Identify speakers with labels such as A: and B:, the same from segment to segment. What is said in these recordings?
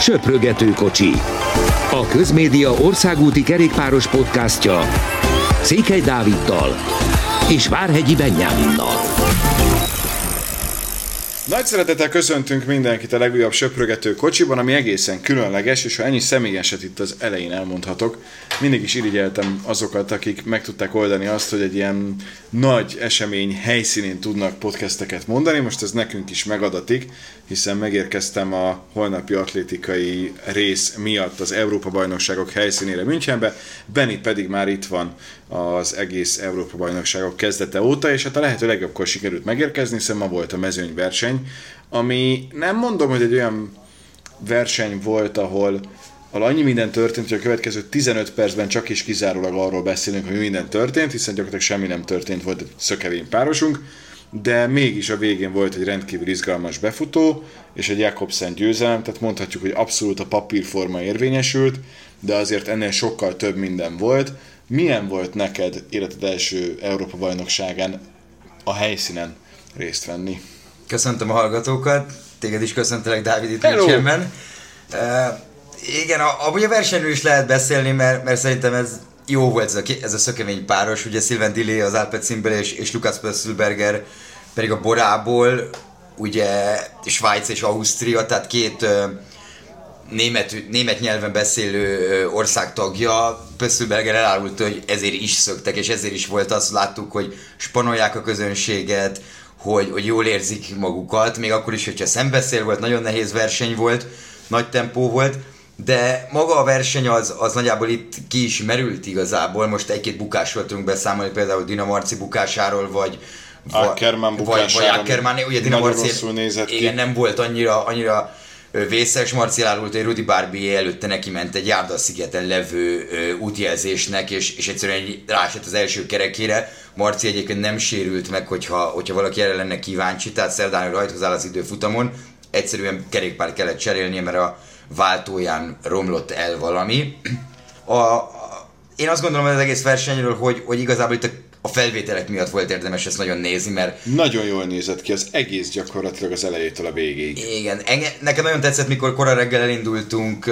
A: Söprögető kocsi. A Közmédia országúti kerékpáros podcastja Székely Dáviddal és Várhegyi Benyáminnal.
B: Nagy szeretettel köszöntünk mindenkit a legújabb Söprögető kocsiban, ami egészen különleges, és ha ennyi személyeset itt az elején elmondhatok, mindig is irigyeltem azokat, akik meg tudták oldani azt, hogy egy ilyen nagy esemény helyszínén tudnak podcasteket mondani. Most ez nekünk is megadatik, hiszen megérkeztem a holnapi atlétikai rész miatt az Európa-bajnokságok helyszínére Münchenbe, Benni pedig már itt van az egész Európa-bajnokságok kezdete óta, és hát a lehető legjobbkor sikerült megérkezni, hiszen ma volt a mezőnyverseny, ami nem mondom, hogy egy olyan verseny volt, ahol annyi minden történt, hogy a következő 15 percben csak és kizárólag arról beszélünk, hogy minden történt, hiszen gyakorlatilag semmi nem történt, volt egy szökevény párosunk, de mégis a végén volt egy rendkívül izgalmas befutó, és egy Jakobsen győzelem, tehát mondhatjuk, hogy abszolút a papírforma érvényesült, de azért ennél sokkal több minden volt. Milyen volt neked életed első Európa-bajnokságán a helyszínen részt venni?
C: Köszöntöm a hallgatókat, téged is köszöntelek, Dávid, itt Münchenben. Igen, amúgy a versenyről is lehet beszélni, mert szerintem ez jó volt ez a szökevény páros, ugye Sylvain Dillier az Alpecinből és Lukas Pösselberger pedig a Borából, ugye Svájc és Ausztria, tehát két német nyelven beszélő ország tagja. Pösselberger elárulta, hogy ezért is szöktek, és ezért is volt azt, láttuk, hogy spanolják a közönséget, hogy jól érzik magukat, még akkor is, hogyha szembeszél volt, nagyon nehéz verseny volt, nagy tempó volt, de maga a verseny az nagyjából itt ki is merült igazából. Most egy-két bukásról tudunk beszámolni, például Dina Marci bukásáról, vagy
B: Ackermann bukásáról,
C: vagy Ackermann, ugye Dina Marci igen, nem volt annyira vészes. Marci elárult, hogy Rudy Barbier előtte neki ment egy Járda-szigeten levő útjelzésnek, és egyszerűen ráesett az első kerekére. Marci egyébként nem sérült meg, hogyha valaki erre lenne kíváncsi, tehát szerdán rajthoz áll az időfutamon. Egyszerűen kerékpárt kellett cserélnie, mert a váltóján romlott el valami. Én azt gondolom az egész versenyről, hogy igazából itt a felvételek miatt volt érdemes ezt nagyon nézni, mert... Nagyon
B: jól nézett ki az egész gyakorlatilag az elejétől a végéig.
C: Igen, nekem nagyon tetszett, mikor kora reggel elindultunk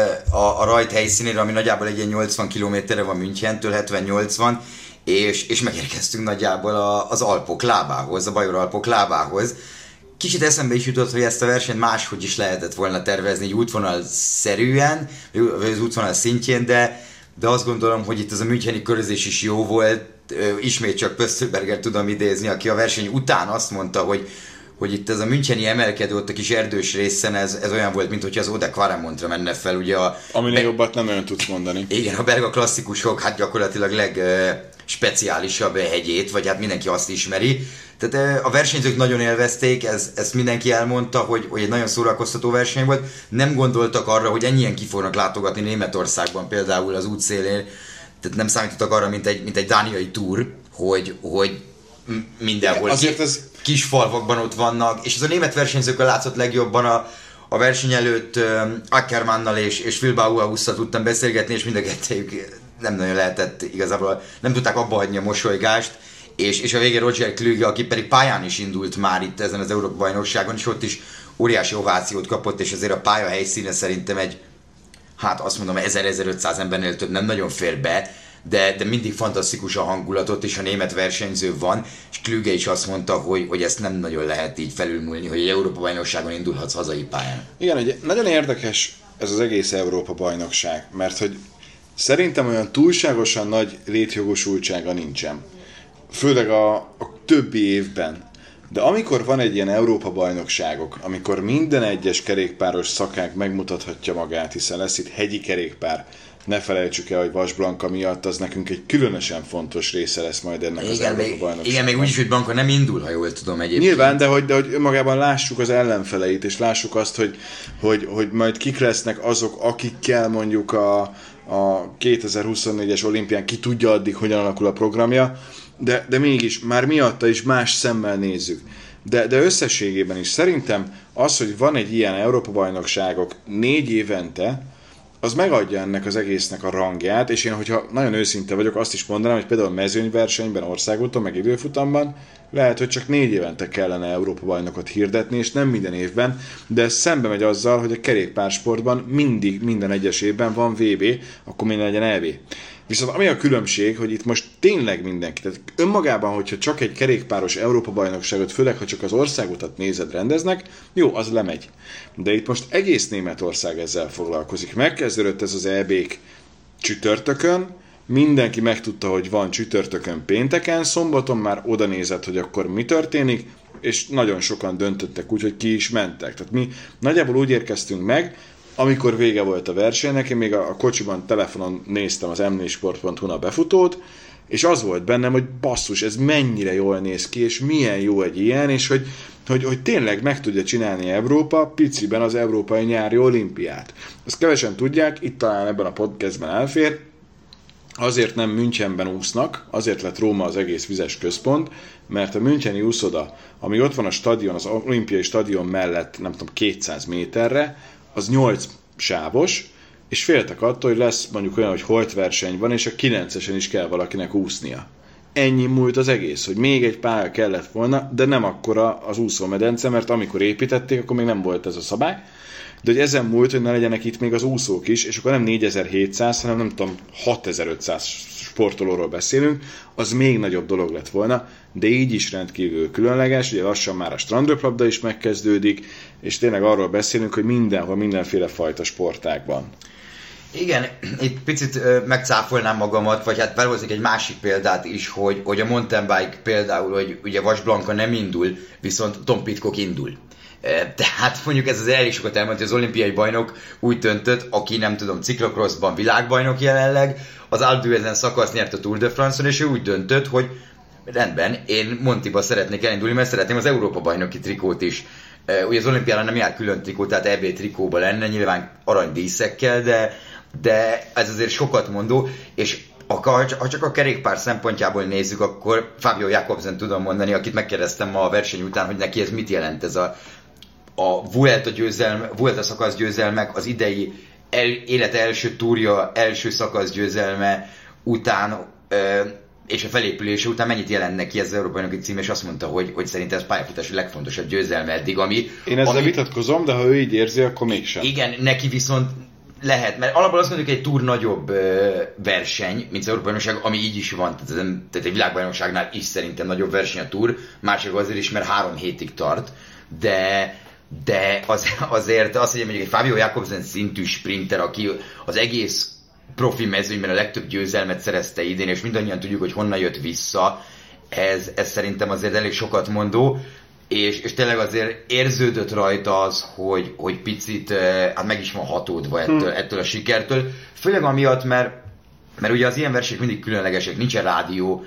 C: a rajt helyszínére, ami nagyjából egy ilyen 80 kilométerre van Münchentől, 70-80, és megérkeztünk nagyjából az Alpok lábához, a Bajor Alpok lábához. Kicsit eszembe is jutott, hogy ezt a versenyt máshogy is lehetett volna tervezni, egy útvonal-szerűen, vagy az útvonal szintjén, de azt gondolom, hogy itt az a müncheni körözés is jó volt. Ismét csak Pösselberger tudom idézni, aki a verseny után azt mondta, hogy itt ez a müncheni emelkedő, ott a kis erdős részen ez olyan volt, mint hogyha az Ode Quaremontra menne fel, ugye
B: aminél jobbat nem olyan tudsz mondani.
C: Igen, a belga klasszikusok hát gyakorlatilag legspeciálisabb hegyét, vagy hát mindenki azt ismeri. Tehát a versenyzők nagyon élvezték, ezt mindenki elmondta, hogy egy nagyon szórakoztató verseny volt. Nem gondoltak arra, hogy ennyien ki fognak látogatni Németországban, például az útszélén. Tehát nem számítottak arra, mint egy dániai túr, hogy mindenhol kis falvakban ott vannak. És ez a német versenyzőkkel látszott legjobban a verseny előtt. Ackermannnal és Phil Bauhausszal tudtam beszélgetni, és mind a kettőjük nem nagyon lehetett igazából, nem tudták abba hagyni a mosolygást. És a végén Roger Kluge, aki pedig pályán is indult már itt ezen az Európa-bajnokságon, és ott is óriási ovációt kapott, és azért a pálya helyszíne szerintem azt mondom, 1000-1500 embernél több nem nagyon fér be, de mindig fantasztikus a hangulatot, és a német versenyző van, és Kluge is azt mondta, hogy ezt nem nagyon lehet így felülmúlni, hogy egy Európa-bajnokságon indulhatsz hazai pályán.
B: Igen, nagyon érdekes ez az egész Európa-bajnokság, mert hogy szerintem olyan túlságosan nagy létjogosultsága nincsen. Főleg a többi évben. De amikor van egy ilyen Európa-bajnokságok, amikor minden egyes kerékpáros szakág megmutathatja magát, hiszen lesz itt hegyi kerékpár, ne felejtsük el, hogy Vas Blanka miatt az nekünk egy különösen fontos része lesz majd ennek az Európa-bajnokságnak.
C: Igen, még úgyis, hogy Blanka nem indul, ha jól tudom egyébként.
B: Nyilván, de hogy magában lássuk az ellenfeleit, és lássuk azt, hogy majd kik lesznek azok, akikkel mondjuk a 2024-es olimpián ki tudja addig, hogyan alakul a programja, de mégis már miatta is más szemmel nézzük. De összességében is szerintem az, hogy van egy ilyen Európa-bajnokságok 4 évente, az megadja ennek az egésznek a rangját, és én, hogyha nagyon őszinte vagyok, azt is mondanám, hogy például mezőnyversenyben, országúton, meg időfutamban lehet, hogy csak 4 évente kellene Európa-bajnokot hirdetni, és nem minden évben, de ez szembe megy azzal, hogy a kerékpársportban mindig, minden egyes évben van VB, akkor minden legyen EB. Viszont ami a különbség, hogy itt most tényleg mindenki, tehát önmagában, hogyha csak egy kerékpáros Európa-bajnokságot, főleg ha csak az országutat nézed, rendeznek, jó, az lemegy. De itt most egész Németország ezzel foglalkozik. Megkezdődött ez az EB-k csütörtökön, mindenki megtudta, hogy van csütörtökön, pénteken, szombaton már oda nézett, hogy akkor mi történik, és nagyon sokan döntöttek úgy, hogy ki is mentek. Tehát mi nagyjából úgy érkeztünk meg, amikor vége volt a versenynek, én még a kocsiban, telefonon néztem az m4sport.hu-n a befutót, és az volt bennem, hogy basszus, ez mennyire jól néz ki, és milyen jó egy ilyen, és hogy tényleg meg tudja csinálni Európa piciben az Európai Nyári Olimpiát. Ezt kevesen tudják, itt talán ebben a podcastben elfér, azért nem Münchenben úsznak, azért lett Róma az egész vizes központ, mert a müncheni úszoda, ami ott van a stadion, az olimpiai stadion mellett, nem tudom, 200 méterre, az 8 sávos, és féltek attól, hogy lesz mondjuk olyan, hogy holtverseny van, és a 9-esen is kell valakinek úsznia. Ennyi múlt az egész, hogy még egy pálya kellett volna, de nem akkora az úszómedence, mert amikor építették, akkor még nem volt ez a szabály, de hogy ezen múlt, hogy ne legyenek itt még az úszók is, és akkor nem 4700, hanem nem tudom, 6500 sportolóról beszélünk, az még nagyobb dolog lett volna, de így is rendkívül különleges, ugye lassan már a strandröplabda is megkezdődik, és tényleg arról beszélünk, hogy mindenhol, mindenféle fajta sportágban.
C: Igen, itt picit megcáfolnám magamat, vagy hát felhoznék egy másik példát is, hogy a mountain bike például, hogy ugye Vas Blanka nem indul, viszont Tom Pidcock indul. Tehát mondjuk ez az elég sokat elmondja, hogy az olimpiai bajnok úgy döntött, aki nem tudom, ciklokrosszban világbajnok jelenleg, az Alpe d'Huez szakasz nyert a Tour de France-on, és ő úgy döntött, hogy rendben, én Montiba szeretnék elindulni, mert szeretném az Európa-bajnoki trikót is. Ugye az olimpiára nem jár külön trikó, tehát EB trikóba lenne, nyilván aranydíszekkel, de ez azért sokat mondó, és ha csak a kerékpár szempontjából nézzük, akkor Fabio Jakobsen tudom mondani, akit megkérdeztem ma a verseny után, hogy neki ez mit jelent, ez a Vuelta szakasz győzelmek, az idei élete első túrja, első szakasz győzelme után, és a felépülése után mennyit jelent neki ez az Európai Bajnoki cím, és azt mondta, hogy szerintem ez pályafutási legfontosabb győzelme eddig,
B: Én ezzel vitatkozom, de ha ő így érzi, akkor mégsem.
C: Igen, neki viszont lehet, mert alapból azt mondjuk, egy túr nagyobb verseny, mint az Európai Bajnokság, ami így is van, tehát egy világbajnokságnál is szerintem nagyobb verseny a túr, másik azért is, mert 3 hétig tart, de azért azt, hogy mondjuk egy Fabio Jakobsen szintű sprinter, aki az egész profi mezőnyben a legtöbb győzelmet szerezte idén, és mindannyian tudjuk, hogy honnan jött vissza, ez szerintem azért elég sokat mondó, és tényleg azért érződött rajta az, hogy picit hát meg is van hatódva ettől a sikertől, főleg amiatt, mert ugye az ilyen versenyek mindig különlegesek, nincsen rádió,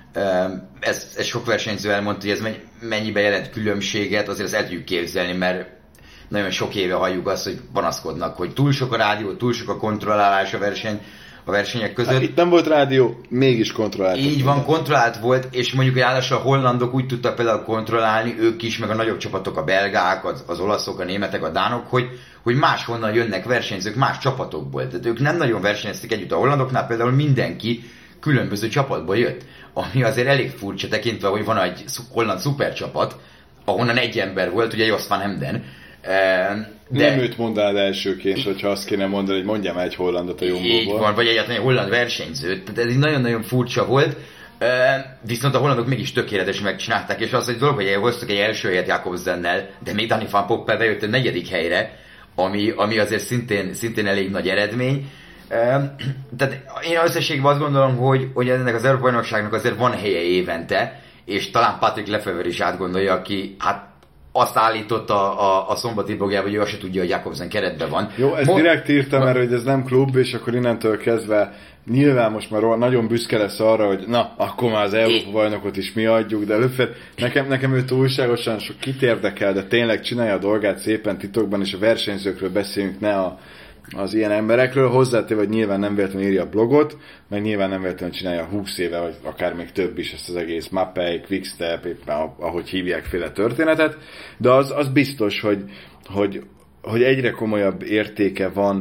C: ez sok versenyző elmondta, hogy ez mennyibe jelent különbséget, azért ezt el tudjuk képzelni, mert nagyon sok éve halljuk azt, hogy panaszkodnak, hogy túl sok a rádió, túl sok a kontrollálás a versenyek között.
B: Hát itt nem volt rádió, mégis kontrollált.
C: Így van, kontrollált volt, és mondjuk ráadásul a hollandok úgy tudtak például kontrollálni, ők is, meg a nagyobb csapatok, a belgák, az olaszok, a németek, a dánok, hogy máshonnan jönnek versenyzők más csapatokból. Tehát ők nem nagyon versenyeztek együtt. A hollandoknál például mindenki különböző csapatból jött, ami azért elég furcsa tekintve, hogy van egy holland szupercsapat, ahonnan egy ember volt, ugye Jos van Hemden.
B: Nem őt mondanád elsőként, hogyha azt kéne mondani, hogy mondjam egy hollandot a Jumbo-ból.
C: Így van, vagy egyáltalán egy holland versenyzőt. Tehát ez így nagyon-nagyon furcsa volt. Viszont a hollandok mégis tökéletesen megcsinálták, és az egy dolog, hogy hoztak egy első helyet Jakobsennel, de még Dani van Poppel bejött a 4. helyre, ami azért szintén elég nagy eredmény. Tehát én összességben azt gondolom, hogy ennek az Európa-bajnokságnak azért van helye évente, és talán Patrick Lefevere is átgondolja, aki hát azt állította a szombati blogjában, hogy ő azt se tudja, hogy Jakobsen keretben van.
B: Jó, ezt direkt írtam, mert hogy ez nem klub, és akkor innentől kezdve nyilván most már nagyon büszke lesz arra, hogy na, akkor már az Európa-bajnokot is mi adjuk, de előbb nekem ő túlságosan sok kit érdekel, de tényleg csinálja a dolgát szépen titokban, és a versenyzőkről beszélünk, ne az ilyen emberekről, hozzátéve, hogy nyilván nem véletlenül írja a blogot, meg nyilván nem véletlenül csinálja 20 éve, vagy akár még több is ezt az egész Mappei, Quickstep, éppen ahogy hívják féle történetet, de az biztos, hogy egyre komolyabb értéke van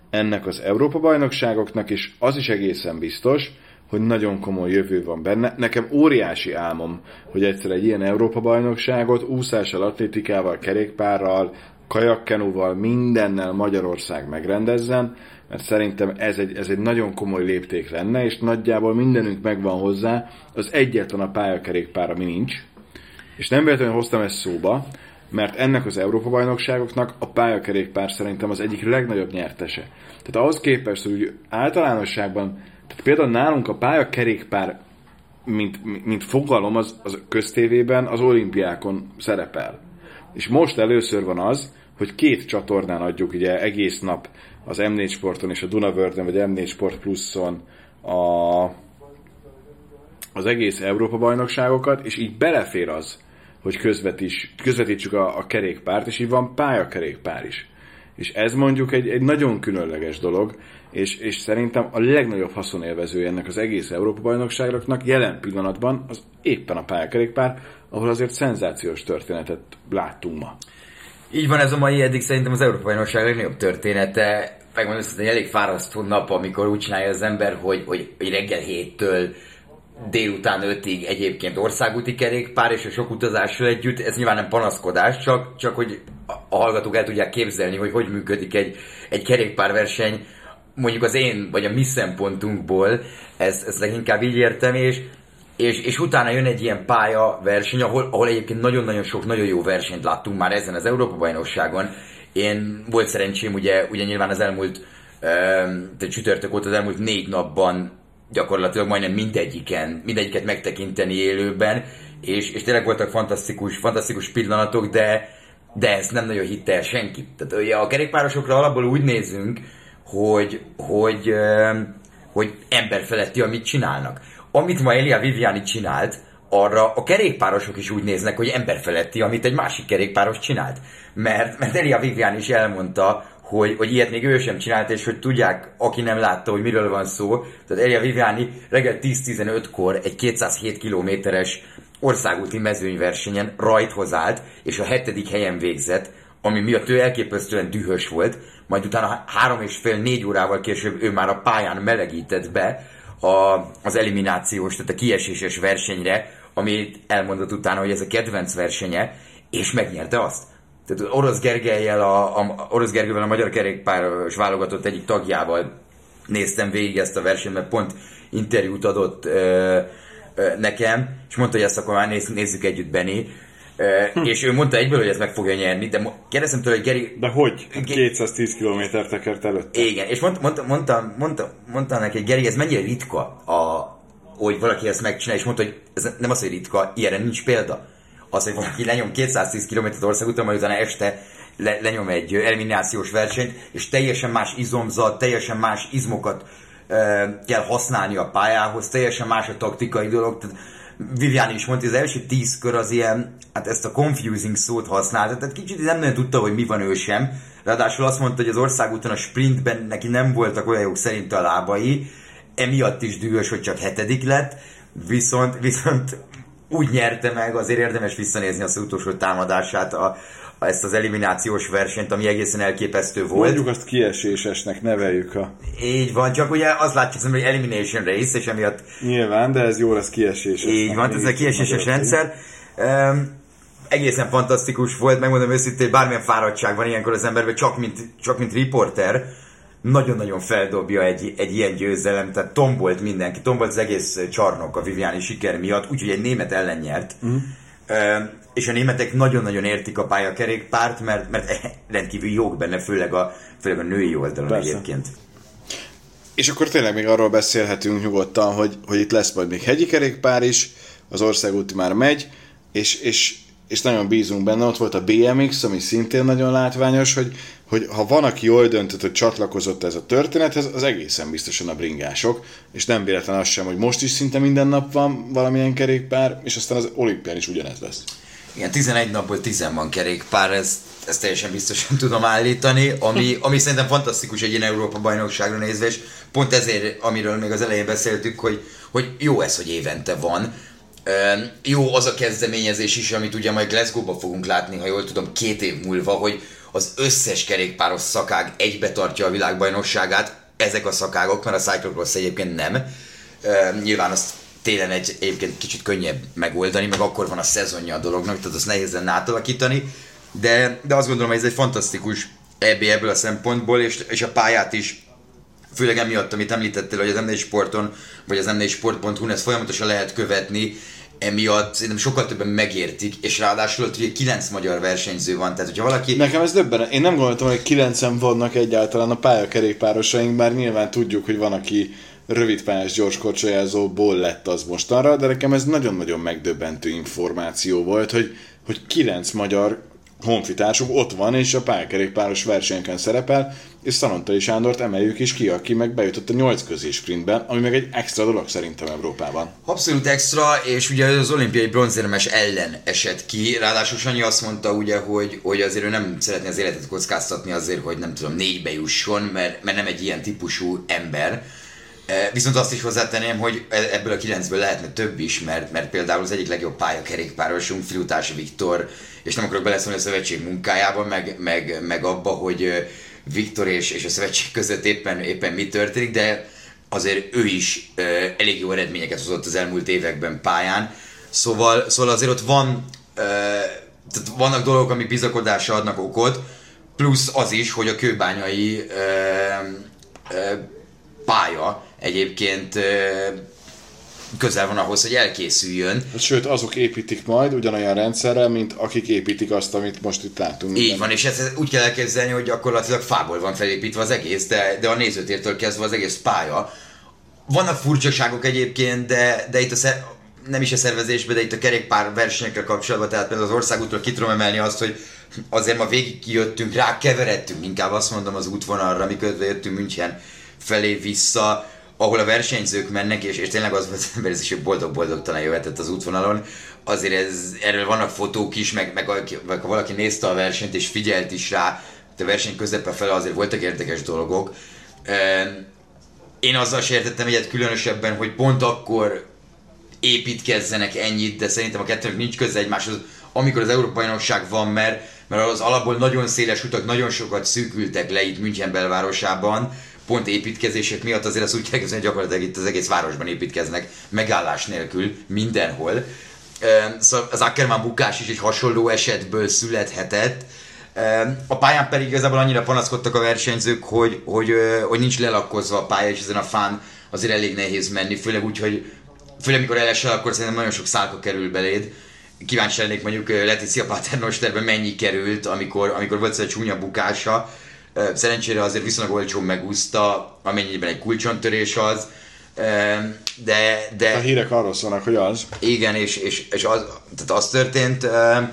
B: ennek az Európa-bajnokságoknak, és az is egészen biztos, hogy nagyon komoly jövő van benne. Nekem óriási álmom, hogy egyszer egy ilyen Európa-bajnokságot úszással, atlétikával, kerékpárral, kajakkenúval, mindennel Magyarország megrendezzen, mert szerintem ez egy nagyon komoly lépték lenne, és nagyjából mindenünk megvan hozzá, az egyetlen a pályakerékpár, ami nincs. És nem véletlenül hoztam ezt szóba, mert ennek az Európa-bajnokságoknak a pályakerékpár szerintem az egyik legnagyobb nyertese. Tehát ahhoz képest, hogy általánosságban, tehát például nálunk a pályakerékpár, mint fogalom, az köztévében, az olimpiákon szerepel. És most először van az, hogy 2 csatornán adjuk ugye egész nap az M4 Sporton és a Dunavörden, vagy M4 Sport Pluszon az egész Európa-bajnokságokat, és így belefér az, hogy közvetítsük a kerékpárt, és így van pályakerékpár is. És ez mondjuk egy nagyon különleges dolog, és szerintem a legnagyobb haszonélvezője ennek az egész Európa-bajnokságoknak jelen pillanatban az éppen a pályakerékpár, ahol azért szenzációs történetet láttunk ma.
C: Így van, ez a mai eddig szerintem az Európa-bajnokság legnagyobb története. Megmondom, hogy elég fárasztó nap, amikor úgy csinálja az ember, hogy reggel 7-től délután 5-ig egyébként országúti kerékpár, és a sok utazással együtt, ez nyilván nem panaszkodás, csak hogy a hallgatók el tudják képzelni, hogy működik egy kerékpárverseny, mondjuk az én, vagy a mi szempontunkból, ezt leginkább így értem, és utána jön egy ilyen pályaverseny, ahol egyébként nagyon-nagyon sok, nagyon jó versenyt láttunk már ezen az Európa-bajnokságon. Én volt szerencsém, ugye nyilván az elmúlt csütörtök óta az elmúlt 4 napban gyakorlatilag majdnem mindegyiket megtekinteni élőben, és tényleg voltak fantasztikus pillanatok, de ezt nem nagyon hitte el senki. Tehát ugye a kerékpárosokra alapból úgy nézünk, hogy emberfeletti, amit csinálnak. Amit ma Elia Viviani csinált, arra a kerékpárosok is úgy néznek, hogy emberfeletti, amit egy másik kerékpáros csinált. Mert Elia Viviani is elmondta, hogy ilyet még ő sem csinált, és hogy tudják, aki nem látta, hogy miről van szó. Tehát Elia Viviani reggel 10-15-kor egy 207 kilométeres országúti mezőnyversenyen rajthoz állt, és a 7. helyen végzett, ami miatt ő elképesztően dühös volt, majd utána 3,5-4 órával később ő már a pályán melegített be az eliminációs, tehát a kieséses versenyre, amit elmondott utána, hogy ez a kedvenc versenye, és megnyerte azt. Tehát Orosz Gergellyel, Orosz Gergővel, a magyar kerékpáros válogatott egyik tagjával néztem végig ezt a versenyt, mert pont interjút adott nekem, és mondta, hogy ezt akkor már nézzük együtt, Benni. És ő mondta egyből, hogy ezt meg fogja nyerni, de kérdeztem tőle, hogy Geri...
B: De hogy? 210 km tekert előtt.
C: Igen, és mondta neki, hogy Geri, ez mennyire ritka, hogy valaki ezt megcsinálja, és mondta, hogy ez nem az, hogy ritka, ilyenre nincs példa. Az, hogy valaki lenyom 210 km országúton, majd utána este lenyom egy eliminációs versenyt, és teljesen más izomzat, teljesen más izmokat kell használni a pályához, teljesen más a taktikai dolog. Tehát Viviani is mondta, hogy az első 10 kör az ilyen, hát ezt a confusing szót használta, tehát kicsit nem nagyon tudta, hogy mi van ő sem. Ráadásul azt mondta, hogy az országúton a sprintben neki nem voltak olyan jók szerint a lábai, emiatt is dühös, hogy csak 7. lett, viszont úgy nyerte meg, azért érdemes visszanézni az utolsó támadását, ezt az eliminációs versenyt, ami egészen elképesztő volt.
B: Mondjuk azt kiesésesnek neveljük
C: Így van, csak ugye azt látja, hogy elimination race, és emiatt...
B: Nyilván, de ez jó lesz kieséses.
C: Így van, ez a kieséses rendszer. Egészen fantasztikus volt, megmondom őszintén, hogy bármilyen fáradtság van ilyenkor az emberben, csak mint riporter, nagyon-nagyon feldobja egy ilyen győzelem, tehát tombolt mindenki, tombolt az egész csarnok a Viviani siker miatt, úgyhogy egy német ellen nyert. És a németek nagyon-nagyon értik a pályakerékpárt, mert rendkívül jók benne, főleg a női oldalon. Persze. Egyébként.
B: És akkor tényleg még arról beszélhetünk nyugodtan, hogy itt lesz majd még hegyi kerékpár is, az országúti már megy, és nagyon bízunk benne. Ott volt a BMX, ami szintén nagyon látványos, hogy ha van, aki jól döntött, hogy csatlakozott ez a történethez, az egészen biztosan a bringások, és nem véletlen az sem, hogy most is szinte minden nap van valamilyen kerékpár, és aztán az olimpián is ugyanez lesz.
C: Igen, 11 napból 10 van kerékpár, ezt teljesen biztosan tudom állítani, ami szerintem fantasztikus egy ilyen Európa-bajnokságra nézve, és pont ezért, amiről még az elején beszéltük, hogy jó ez, hogy évente van. Jó az a kezdeményezés is, amit ugye majd Glasgow-ba fogunk látni, ha jól tudom, 2 év múlva, az összes kerékpáros szakág egybe tartja a világbajnokságát, ezek a szakágok, mert a cyclocross egyébként nem. Nyilván azt télen egyébként kicsit könnyebb megoldani, meg akkor van a szezonja a dolognak, tehát azt nehéz lenne átalakítani, de azt gondolom, hogy ez egy fantasztikus ebből a szempontból, és a pályát is, főleg emiatt, amit említettél, hogy az M4 Sporton, vagy az m4sport.hu-n ezt folyamatosan lehet követni, emiatt szerintem sokkal többen megértik, és ráadásul ott ugye 9 magyar versenyző van, tehát hogyha valaki...
B: Nekem ez döbbenet. Én nem gondoltam, hogy 9-en vannak egyáltalán a pályakerékpárosaink, bár nyilván tudjuk, hogy van, aki rövidpályás gyorskorcsolyázóból lett az mostanra, de nekem ez nagyon-nagyon megdöbbentő információ volt, hogy 9 magyar honfitársunk ott van, és a pályakerékpáros versenyeken szerepel, és Szalontai Sándort emeljük is ki, aki meg bejutott a 8 közé sprintben, ami meg egy extra dolog szerintem Európában.
C: Abszolút extra, és ugye az olimpiai bronzérmes ellen esett ki, ráadásul Sanyi azt mondta ugye, hogy azért ő nem szeretné az életet kockáztatni azért, hogy nem tudom, 4-be jusson, mert nem egy ilyen típusú ember. Viszont azt is hozzátenném, hogy ebből a 9-ből lehetne több is, mert például az egyik legjobb pályakerékpárosunk, Filutás Viktor, és nem akarok beleszólni a szövetség munkájába, meg abba, hogy Viktor és a szövetség között éppen mi történik, de azért ő is elég jó eredményeket hozott az elmúlt években pályán. Szóval azért ott tehát vannak dolgok, amik bizakodásra adnak okot, plusz az is, hogy a kőbányai pálya egyébként közel van ahhoz, hogy elkészüljön.
B: Sőt, azok építik majd ugyanolyan rendszerrel, mint akik építik azt, amit most itt látunk.
C: Így van, és ezt úgy kell elképzelni, hogy gyakorlatilag fából van felépítve az egész, de a nézőtértől kezdve az egész pálya. Vannak furcsaságok egyébként, de itt nem is a szervezésben, de itt a kerékpár versenyekkel kapcsolatban, tehát például az országútról ki tudom emelni azt, hogy azért ma végig kijöttünk, rákeveredtünk, inkább azt mondom, az útvonalra, mikor jöttünk München felé vissza, ahol a versenyzők mennek, és tényleg az volt az ember, ez is boldog-boldogtalan jöhetett az útvonalon. Azért erről vannak fotók is, meg ha valaki nézte a versenyt és figyelt is rá, a verseny közepe fele azért voltak érdekes dolgok. Én azzal se értettem egyet különösebben, hogy pont akkor építkezzenek ennyit, de szerintem a kettőnek nincs köze egymáshoz, amikor az Európa-bajnokság van, mert az alapból nagyon széles utak, nagyon sokat szűkültek le itt München belvárosában, pont építkezések miatt azért azt úgy kell képzelni, hogy gyakorlatilag itt az egész városban építkeznek, megállás nélkül, mindenhol. Szóval az Ackermann bukás is egy hasonló esetből születhetett. A pályán pedig igazából annyira panaszkodtak a versenyzők, hogy nincs lelakkozva a pálya, és ezen a fán azért elég nehéz menni, főleg úgy, hogy mikor elesel, akkor szerintem nagyon sok szálka kerül beléd. Kíváncsi lennék mondjuk Leticia Paternosterben mennyi került, amikor volt egy csúnya bukása. Szerencsére azért viszonylag olcsón megúszta, amennyiben egy kulcsontörés az, de...
B: A hírek arról szólnak, hogy az.
C: Igen, és az történt,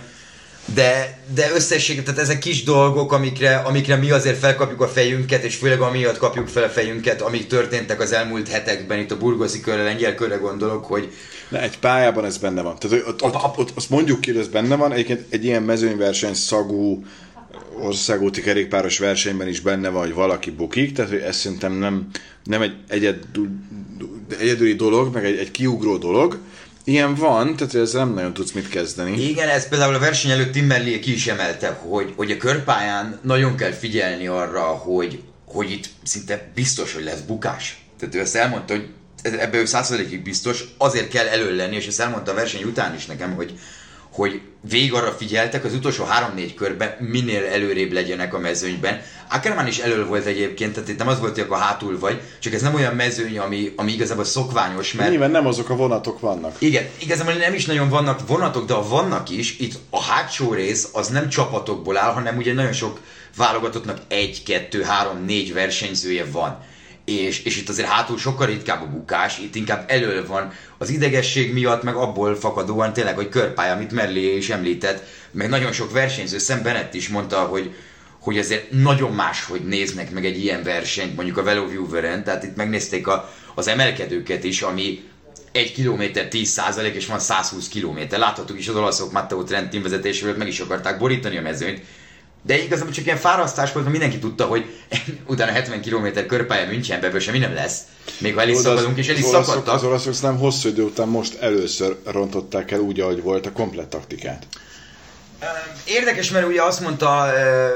C: de összességében, tehát ezek kis dolgok, amikre mi azért felkapjuk a fejünket, és főleg amiatt kapjuk fel a fejünket, amik történtek az elmúlt hetekben, itt a burgoszi körre, lengyel körre gondolok, hogy...
B: De egy pályában ez benne van. Tehát ott azt mondjuk ki, hogy ez benne van, egyébként egy ilyen mezőnyverseny szagú, országúti kerékpáros versenyben is benne van, hogy valaki bukik, tehát hogy ez szerintem nem egy egyedüli dolog, meg egy kiugró dolog. Ilyen van, tehát ezzel nem nagyon tudsz mit kezdeni.
C: Igen, ez például a verseny előtt Tim Merlier ki is emelte, hogy a körpályán nagyon kell figyelni arra, hogy itt szinte biztos, hogy lesz bukás. Tehát ő ezt elmondta, hogy ebben ő 100%-ig biztos, azért kell elől lenni, és ezt elmondta a verseny után is nekem, hogy végig arra figyeltek, az utolsó 3-4 körben minél előrébb legyenek a mezőnyben. Ackermann is elől volt egyébként, tehát itt nem az volt, hogy akkor hátul vagy, csak ez nem olyan mezőny, ami igazából szokványos, mert...
B: Nyilván nem azok a vonatok vannak.
C: Igen, igazából nem is nagyon vannak vonatok, de ha vannak is, itt a hátsó rész az nem csapatokból áll, hanem ugye nagyon sok válogatottnak 1, 2, 3, 4 versenyzője van. És itt azért hátul sokkal ritkább a bukás, itt inkább elől van az idegesség miatt, meg abból fakadóan tényleg, hogy körpálya, amit Merlier is említett, meg nagyon sok versenyző, Sam Bennett is mondta, hogy azért nagyon máshogy néznek meg egy ilyen versenyt, mondjuk a VeloVieweren, tehát itt megnézték az emelkedőket is, ami 1 km 10% és van 120 km. Láthattuk is az olaszok Matteo Trentin vezetésével, meg is akarták borítani a mezőnyt. De igazából csak ilyen fárasztás volt, mert mindenki tudta, hogy utána 70 km körpálya Münchenből semmi nem lesz. Még ha el is szakadunk, és el is szakadtak.
B: Az olaszok nem hosszú idő után most először rontották el úgy, ahogy volt a komplett taktikát.
C: Érdekes, mert ugye azt mondta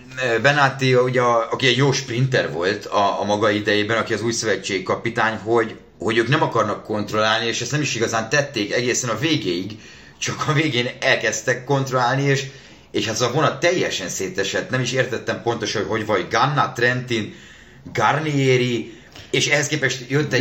C: Benatti, ugye, aki egy jó sprinter volt a maga idejében, aki az új szövetségi kapitány, hogy ők nem akarnak kontrollálni, és ezt nem is igazán tették egészen a végéig, csak a végén elkezdtek kontrollálni, és hát a vonat teljesen szétesett, nem is értettem pontosan, hogy vagy Ganna, Trentin, Garnieri, és ehhez képest jött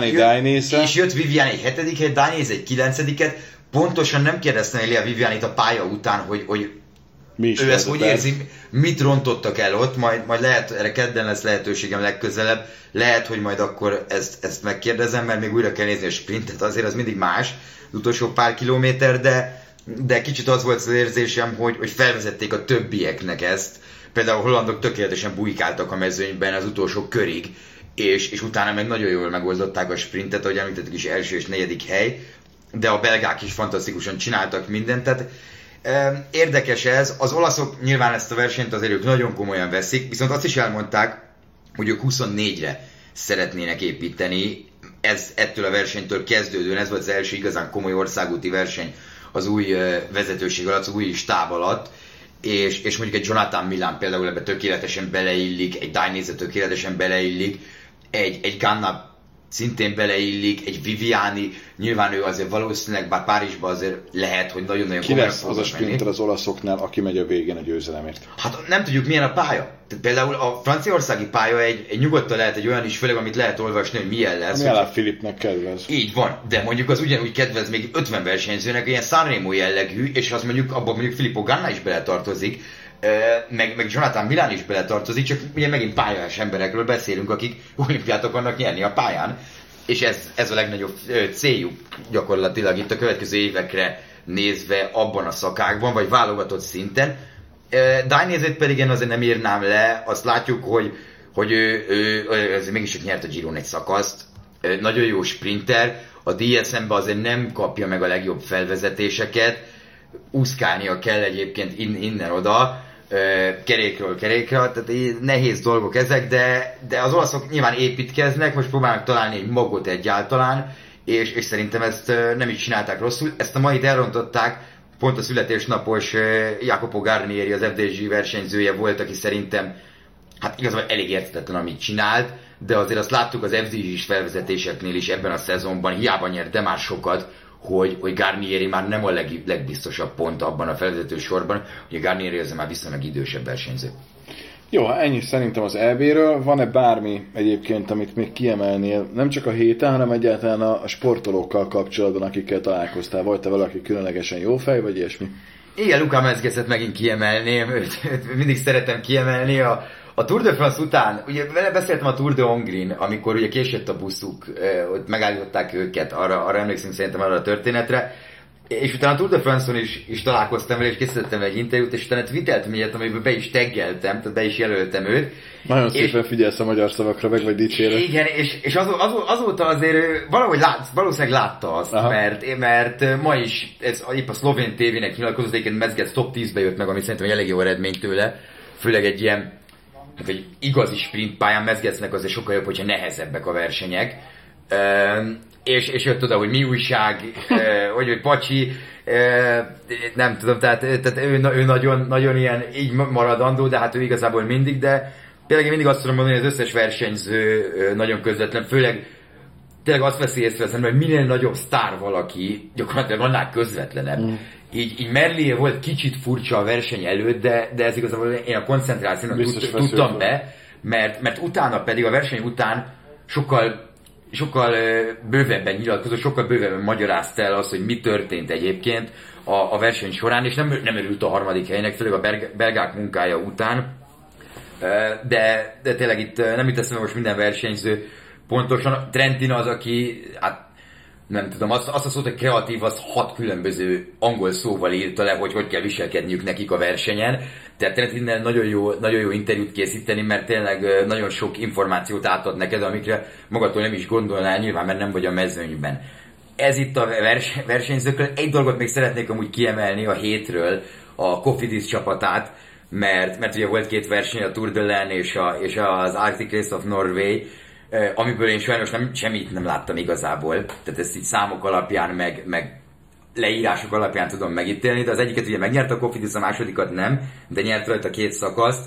C: Viviani egy 7. hely, Dainese egy 9. Pontosan nem kérdeztem Elia Vivianit a pálya után, hogy ő ezt hogy érzi, mit rontottak el ott, majd lehet, erre kedden lesz lehetőségem legközelebb, lehet, hogy majd akkor ezt megkérdezem, mert még újra kell nézni a sprintet, azért az mindig más, az utolsó pár kilométer, de kicsit az volt az érzésem, hogy felvezették a többieknek ezt. Például a hollandok tökéletesen bujkáltak a mezőnyben az utolsó körig, és utána meg nagyon jól megoldották a sprintet, ahogy említettük is, első és 4. hely, de a belgák is fantasztikusan csináltak mindent, tehát érdekes ez. Az olaszok nyilván ezt a versenyt azért ők nagyon komolyan veszik, viszont azt is elmondták, hogy ők 24-re szeretnének építeni, ez ettől a versenytől kezdődően, ez volt az első igazán komoly országúti verseny az új vezetőség alatt, az új stáb alatt, és mondjuk egy Jonathan Milan például ebbe tökéletesen beleillik, egy Dainese tökéletesen beleillik, egy Ganna szintén beleillik, egy Viviani, nyilván ő azért valószínűleg, bár Párizsban azért lehet, hogy nagyon-nagyon
B: ki lesz az a sprinter az olaszoknál, aki megy a végén a győzelemért?
C: Hát nem tudjuk, milyen a pálya. Tehát például a franciaországi pálya egy nyugodtan lehet egy olyan is, főleg amit lehet olvasni, hogy milyen lesz.
B: Ami Alain Philippe-nek kedvez.
C: Így van, de mondjuk az ugyanúgy kedvez még 50 versenyzőnek, ilyen Sanremo jellegű, és az abban mondjuk Filippo Ganna is beletartozik, meg Jonathan Milan is beletartozik, csak ugye megint pályás emberekről beszélünk, akik olimpiát akarnak nyerni a pályán, és ez a legnagyobb céljuk gyakorlatilag itt a következő évekre nézve abban a szakákban, vagy válogatott szinten. Dainese-t pedig én azért nem írnám le, azt látjuk, hogy ő azért mégis nyert a Giron egy szakaszt, nagyon jó sprinter, a DSM-be azért nem kapja meg a legjobb felvezetéseket, úszkálnia kell egyébként innen-oda, kerékről kerékre, tehát nehéz dolgok ezek, de az olaszok nyilván építkeznek, most próbálnak találni egy magot egyáltalán, és szerintem ezt nem is csinálták rosszul. Ezt a mait elrontották, pont a születésnapos Jacopo Garnieri, az FDJ versenyzője volt, aki szerintem hát igazából elég érthetetlen, amit csinált, de azért azt láttuk az FDJ-s felvezetéseknél is ebben a szezonban, hiába nyert, de már sokat, hogy Garnieri már nem a legbiztosabb pont abban a felvezető sorban, hogy Garnieri azért már viszonylag idősebb versenyző.
B: Jó, ennyi szerintem az EB-ről. Van-e bármi egyébként, amit még kiemelnél, nem csak a héten, hanem egyáltalán a sportolókkal kapcsolatban, akikkel találkoztál? Vagy te valaki különlegesen jó fej, vagy ilyesmi?
C: Igen, Luka Mezgecet megint kiemelném, őt mindig szeretem kiemelni. A Tour de France után, ugye vele beszéltem a Tour de Hongrin, amikor ugye késett a buszuk, ott megállították őket, arra emlékszünk szerintem arra a történetre, és utána a Tour de France-on is találkoztam vele, és készítettem egy interjút, és utána Twittert mélyet, amiből be is taggeltem, tehát be is jelöltem őt.
B: Nagyon szépen figyelsz a magyar szavakra, meg vagy dicsérő.
C: Igen, és azóta azért valahogy valószínűleg látta azt, mert ma is, ez épp a szlovén tévének nyilatkozott, egyébként Mezgec top 10-be jött meg, ami szerintem egy elég jó eredmény tőle, főleg egy ilyen, hát egy igazi sprint pályán. Mezgecnek azért sokkal jobb, hogyha nehezebbek a versenyek. És jött oda, hogy mi újság, hogy pacsi, nem tudom, tehát ő nagyon, nagyon ilyen így maradandó, de hát ő igazából mindig, de tényleg én mindig azt tudom mondani, hogy az összes versenyző nagyon közvetlen, főleg tényleg azt veszi észre az ember, hogy minél nagyobb sztár valaki, gyakorlatilag annál közvetlenebb. Így Merlier volt kicsit furcsa a verseny előtt, de ez igazából én a koncentrációnak tudtam be, mert utána pedig a verseny után sokkal bővebben nyilatkozott, sokkal bővebben magyarázta el azt, hogy mi történt egyébként a verseny során, és nem örült a harmadik helynek, főleg a belgák munkája után. De tényleg itt nem jut eszembe most minden versenyző pontosan. Trentin az, aki, hát nem tudom, azt a szót, hogy kreatív, az 6 különböző angol szóval írta le, hogy kell viselkedniük nekik a versenyen. Tehát Trentinnel nagyon jó interjút készíteni, mert tényleg nagyon sok információt átad neked, amikre magadtól nem is gondolnál, nyilván, mert nem vagy a mezőnyben. Ez itt a versenyzőkről. Egy dolgot még szeretnék amúgy kiemelni a hétről, a Cofidis csapatát, mert ugye volt 2 verseny, a Tour de l'Ain és az Arctic Race of Norway, amiből én sajnos semmit nem láttam igazából, tehát ezt így számok alapján, meg leírások alapján tudom megítélni, de az egyiket ugye megnyert a Cofidis, a másodikat nem, de nyert rajta 2 szakaszt,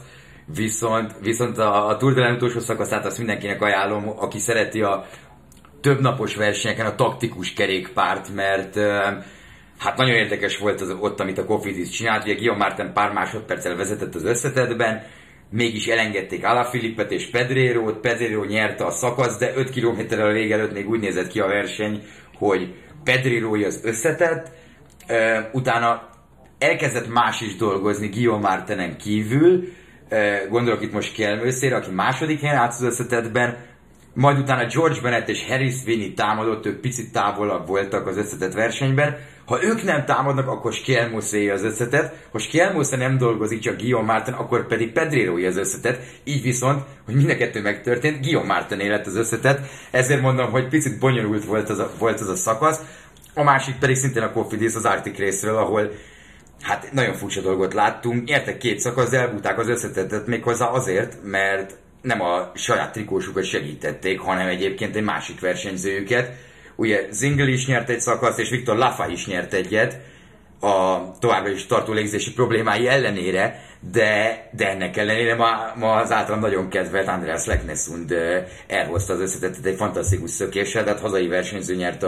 C: Viszont a Tour de l'Ain utolsó szakaszát azt mindenkinek ajánlom, aki szereti a többnapos versenyeken a taktikus kerékpárt, mert hát nagyon érdekes volt ott, amit a Cofidis csinált. Ugye Guillaume Martin pár másodperccel vezetett az összetettben, mégis elengedték Alaphilippet és Pedrerót. Pedrero nyerte a szakasz, de 5 kilométerrel a vég előtt még úgy nézett ki a verseny, hogy Pedrerója az összetett. Utána elkezdett más is dolgozni Guillaume Martinen kívül. Gondolok itt most Kelmőszére, aki második helyen állt az összetettben. Majd utána George Bennett és Harris Winney támadott, ők picit távolabb voltak az összetett versenyben. Ha ők nem támadnak, akkor Skelmosé az összetett. Ha Skelmosé nem dolgozik, csak Guillaume Martin, akkor pedig Pedrerói az összetett. Így viszont, hogy mind a kettő megtörtént, Guillaume Martin lett az összetett. Ezért mondom, hogy picit bonyolult volt az a szakasz. A másik pedig szintén a Cofidis az Arctic Race-ről, ahol hát nagyon furcsa dolgot láttunk. Értek 2 szakasz, de elbújták az összetettet méghozzá azért, mert nem a saját trikósukat segítették, hanem egyébként egy másik versenyzőjüket. Ugye Zingel is nyert egy szakaszt, és Viktor Lafay is nyert egyet a továbbra is tartó légzési problémái ellenére, de ennek ellenére ma az általán nagyon kedvelt Andreas Leknesund elhozta az összetettet egy fantasztikus szökéssel, tehát hazai versenyző nyert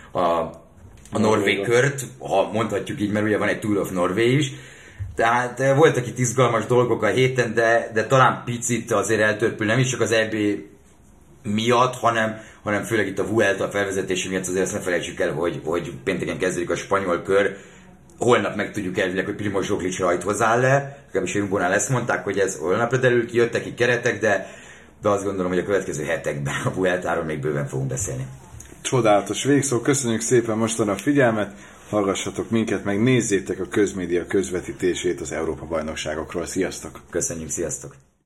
C: a norvég kört, ha mondhatjuk így, mert ugye van egy Tour of Norway is. Tehát voltak itt izgalmas dolgok a héten, de talán picit azért eltörpül, nem is csak az EB miatt, hanem főleg itt a Vuelta felvezetése miatt azért azt ne felejtsük el, hogy pénteken kezdődik a spanyol kör. Holnap megtudjuk elvileg, hogy Primož Roglič rajt hozzá le, legalábbis a Jumbónál ezt mondták, hogy ez holnapra derül ki, jöttek ki keretek, de azt gondolom, hogy a következő hetekben a Vueltáról még bőven fogunk beszélni.
B: Csodálatos végszó, köszönjük szépen mostan a figyelmet, hallgassatok minket, meg nézzétek a közmédia közvetítését az Európa-bajnokságokról. Sziasztok!
C: Köszönjük, sziasztok!